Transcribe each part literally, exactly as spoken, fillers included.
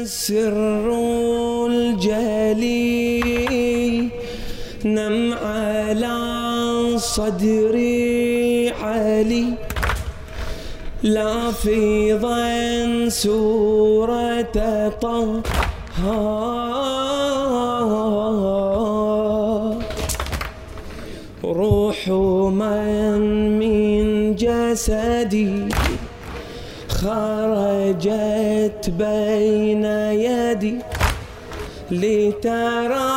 سر الجلي نم على صدري علي لافظا سورة طه روح من من جسدي خرجت بين يدي لترى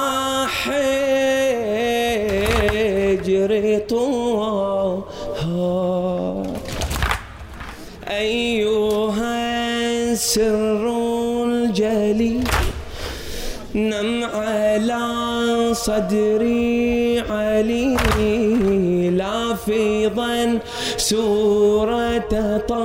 حجري طه أيها السر الجلي نم على صدري علي لافظا سورة طه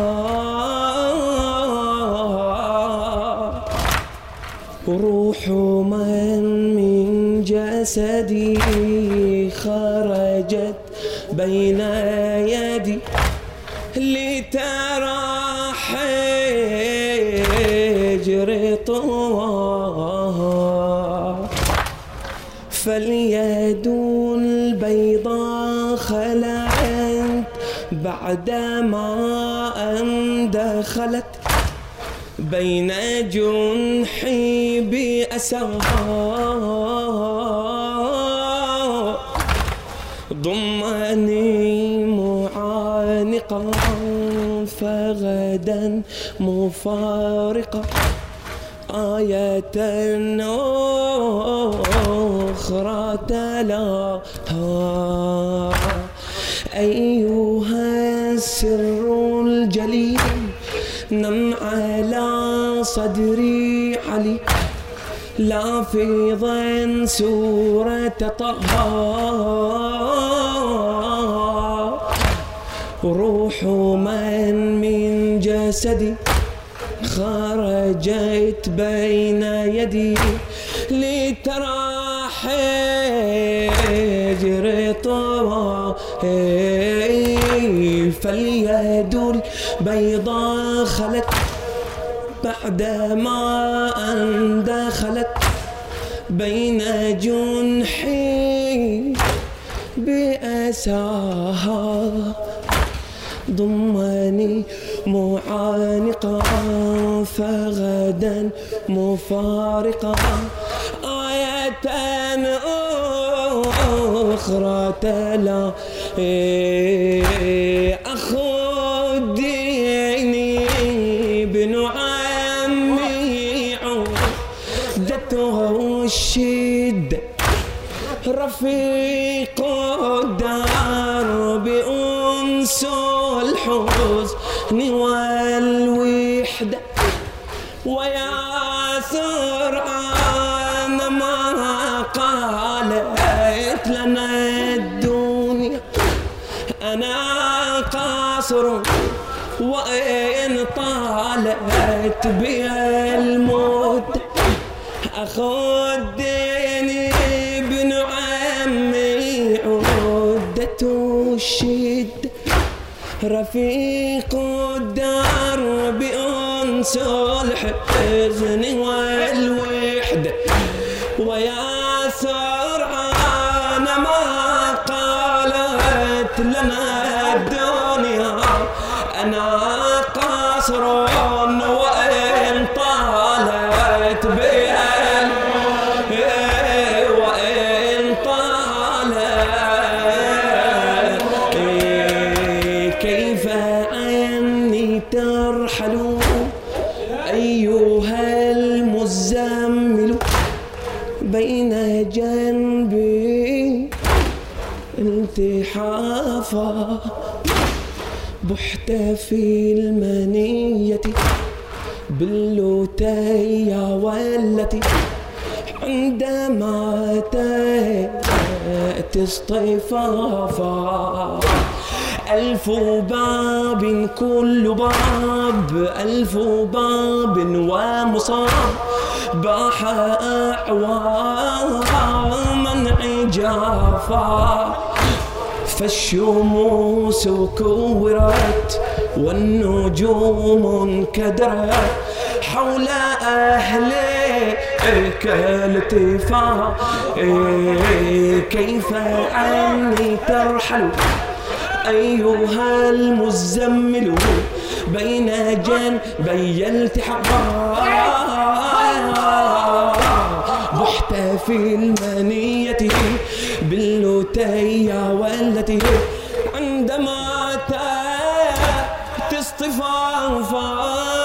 روح من من جسدي خرجت بين يدي لترى حجري طه فاليد البيضاء خلعت بعدما أن دخلت بين جنحي بأسرها ضمني معانقا فغدا مفارقا آية أخرى تلاها أيها السر الجلي نم على صدري علي لافظا سورة طه روح من من جسدي خرجت بين يدي لترى حجري طه فاليد البيضاء خلت بعدما أن دخلت بين جنحي بأساها ضمني معانقا فغدا مفارقا آية أخرى تلا أخذني بن عمي عودته الشدة رفيق الدرب أنس الحزن والوحدة ويا سرعان ما قالت لنا الدنيا أنا قاصر وإن طالت بي المدة أخذني ابن عمي عودته الشدة رفيق الدرب أنس الحزن والوحدة ويا سرعان ما قالت لنا الدنيا أنا قاصر وإن طالت بها وإن طالت كيف عني ترحلون أيها المزمل بين جنبي التحافا بحت في المنية باللوتية والتي عندما تأتي اصطفافا ألف باب كل باب ألف باب ومصاب باح أعواما عجافا فالشموس كورت والنجوم انكدرت حول أهله كالتفاح كيف عني ترحل أيها المزمل بين جنبي التحقا بحت في المنية باللتيا والتي عندما تصطفافا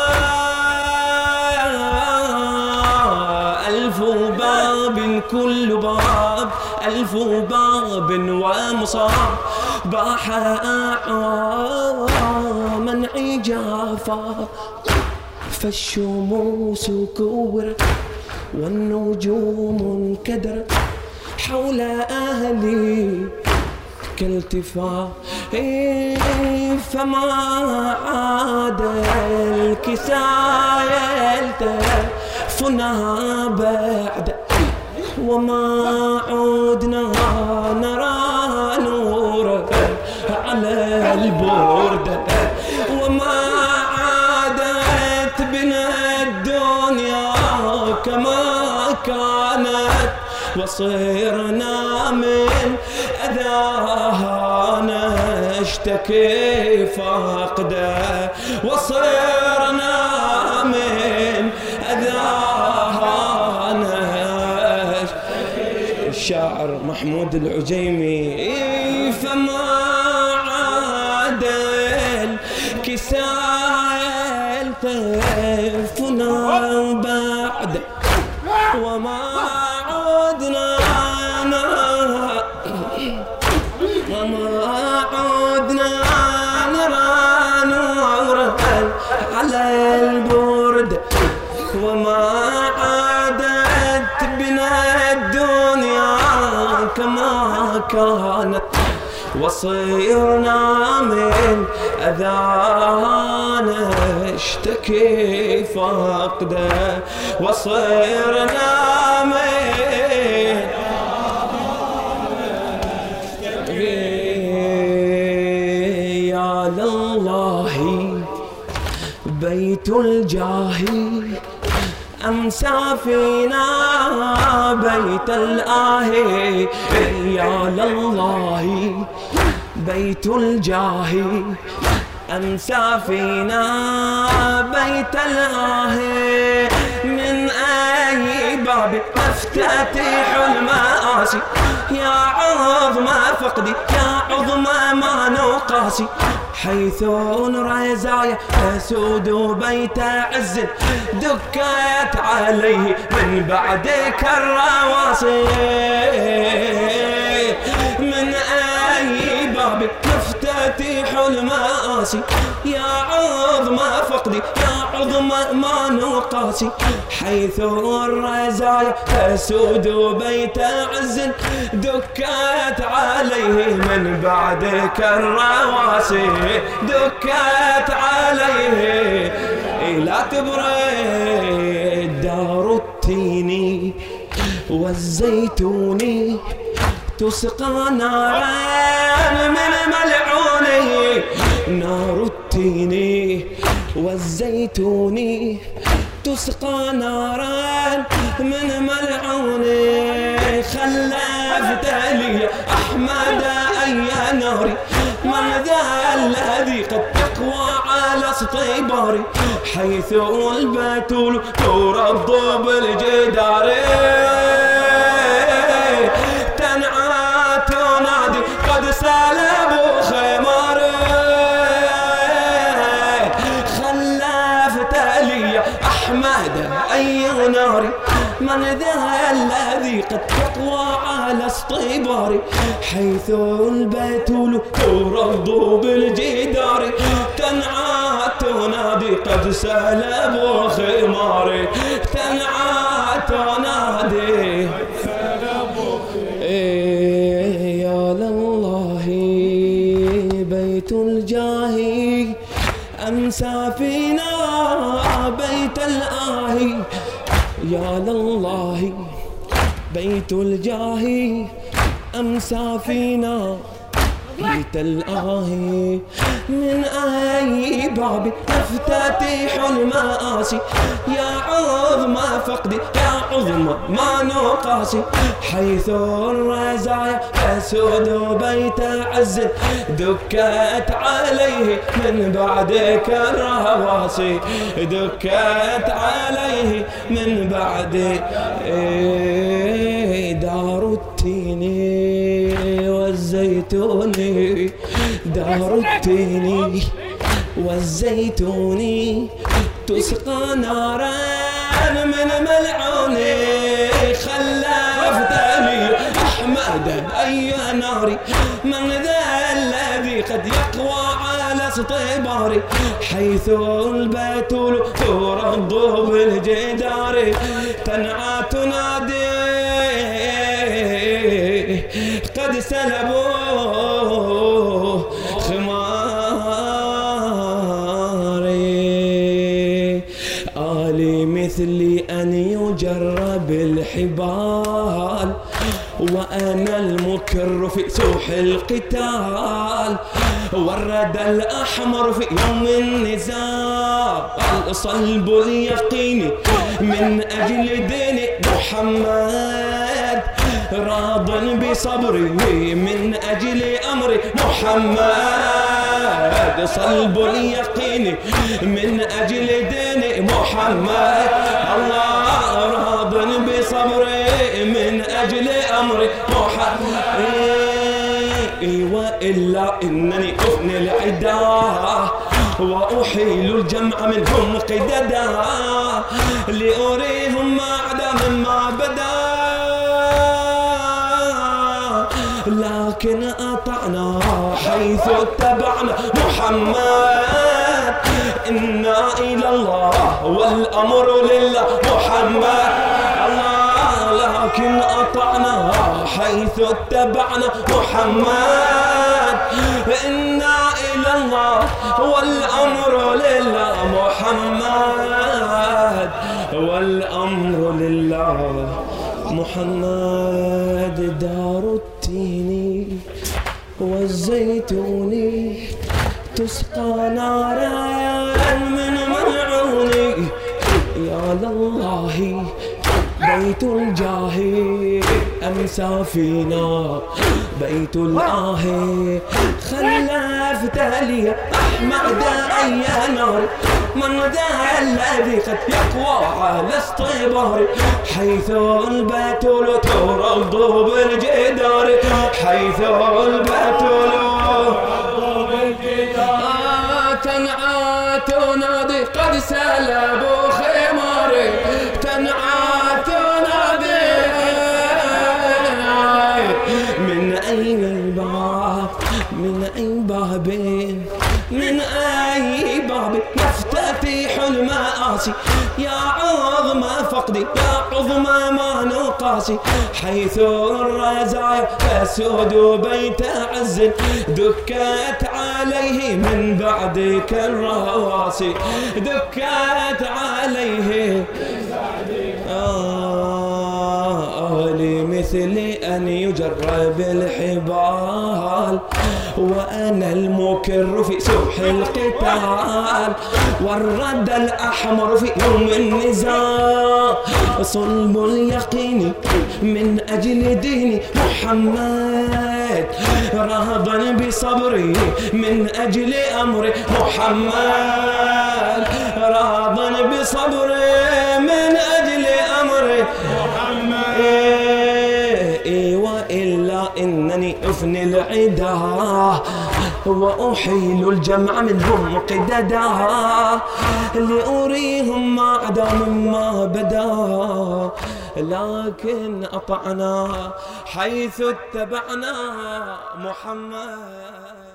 ألف باب كل باب ألف باب ومصاب باح من عجافا فالشموس كورت والنجوم انكدرت حول أهلي كالتفاح فما عاد الكسايا يلتفنا بعد وما عدنا نرى نورا على البردة وما عادت بنا الدنيا كما كانت وصرنا من أذاها نشتكي فقده وصرنا من أذاها نشتكي. الشاعر محمود العجيمي فما عاد الكسايا يلتفنا بعد وما عدنا وما عدنا نرى نورا على البرد وما عادت بنا الدنيا كما كانت وصيرنا من أذانا نشتكي فقده وصيرنا من يا لله بيت الجاهي أمسى فينا بيت الآهي يا لله بيت الجاهي أمسى فينا بيت الآهي من أي باب نفتتح المآسي يا عظم فقدي يا عظم ما نقاسي حيث الرزايا تسود بيت عز دكت عليه من بعدك الرواسي من أي باب نفتتح المآسي يا عظم فقدي يا عظم ما نقاسي حيث الرزايا تسود بيت عز دكت عليه من بعدك الرواسي دكت عليه لا تبرد دار التين والزيتون تسقى نارا من ملعونه نار التين والزيتون تسقى نارا من ملعونه خلفت لي أحمد أي ناري من ذا الذي قد تقوى على اصطباري حيث البتول ترض بالجدار تنعى تنادي قد سلبوا خماري خلفت لي أحمد أي ناري من ذا الذي قد تقوى على اصطباري حيث البتول ترض بالجدار تنعى تنادي قد سلبوا خماري تنعى تنادي إيه يا لله بيت الجاهي أمسى فينا بيت الآهي يا لله بيت الجاهي أمسى فينا بيت الآهي من أي باب تفتتح المآسي يا عظمى فقدي يا عظمى ما نقاسي حيث الرزايا تسود بيت عز دكت عليه من بعدك الرواسي دكت عليه من بعد دار التين والزيتون دار التين والزيتون تسقى نارا من ملعون خلفت لي أحمد أي ناري من ذا الذي قد يقوى على اصطباري حيث البتول ترض بالجدار تنعى تنادي قد سلبوا خماري آلي مثلي أن يجرب الحبال وأنا المكر في سوح القتال والردى الأحمر في يوم النزال صلب اليقين من أجل دين محمد راض بصبري من أجل أمر محمد صلب اليقين من أجل دين محمد الله راض بصبري من أجل أمر محمد وإلا إنني أفني العدا وأحيل الجمع منهم قددا لأريهم ما عدا مما بدا لكن أطعنا حيث اتبعنا محمد إنا إلى الله والأمر لله محمد لكن أطعنا حيث اتبعنا محمد إنا إلى الله والأمر لله محمد والأمر لله محمد دار التين والزيتون تسقى نارا من ملعون يا لله بيت الجاه أمسى فينا بيت الآه خلفت لي أحمد أي نار من ذا الذي قد يقوى على اصطباري حيث البتول ترض بالجدار حيث البتول ترض بالجدار تنعى تنادي قد سلبوا خماري تنعى من أي باب من أي باب من أي باب يفتتح المآسي يا عظمى فقدي يا عظمى ما نقاسي حيث الرزايا تسود بيت عز دكت عليه من بعدك الرواسي دكت عليه آه لمثلي أن يجرب الحبال وأنا المكر في سوح القتال والرد الأحمر في يوم النزاع صلب اليقين من أجل دين محمد راضا بصبري من أجل أمر محمد راضا بصبري من أجل أمر محمد وإلا إنني أفني العدا وأحيل الجمع منهم قددا لأريهم ما عدا مما بدا لكن أطعنا حيث اتبعنا محمد.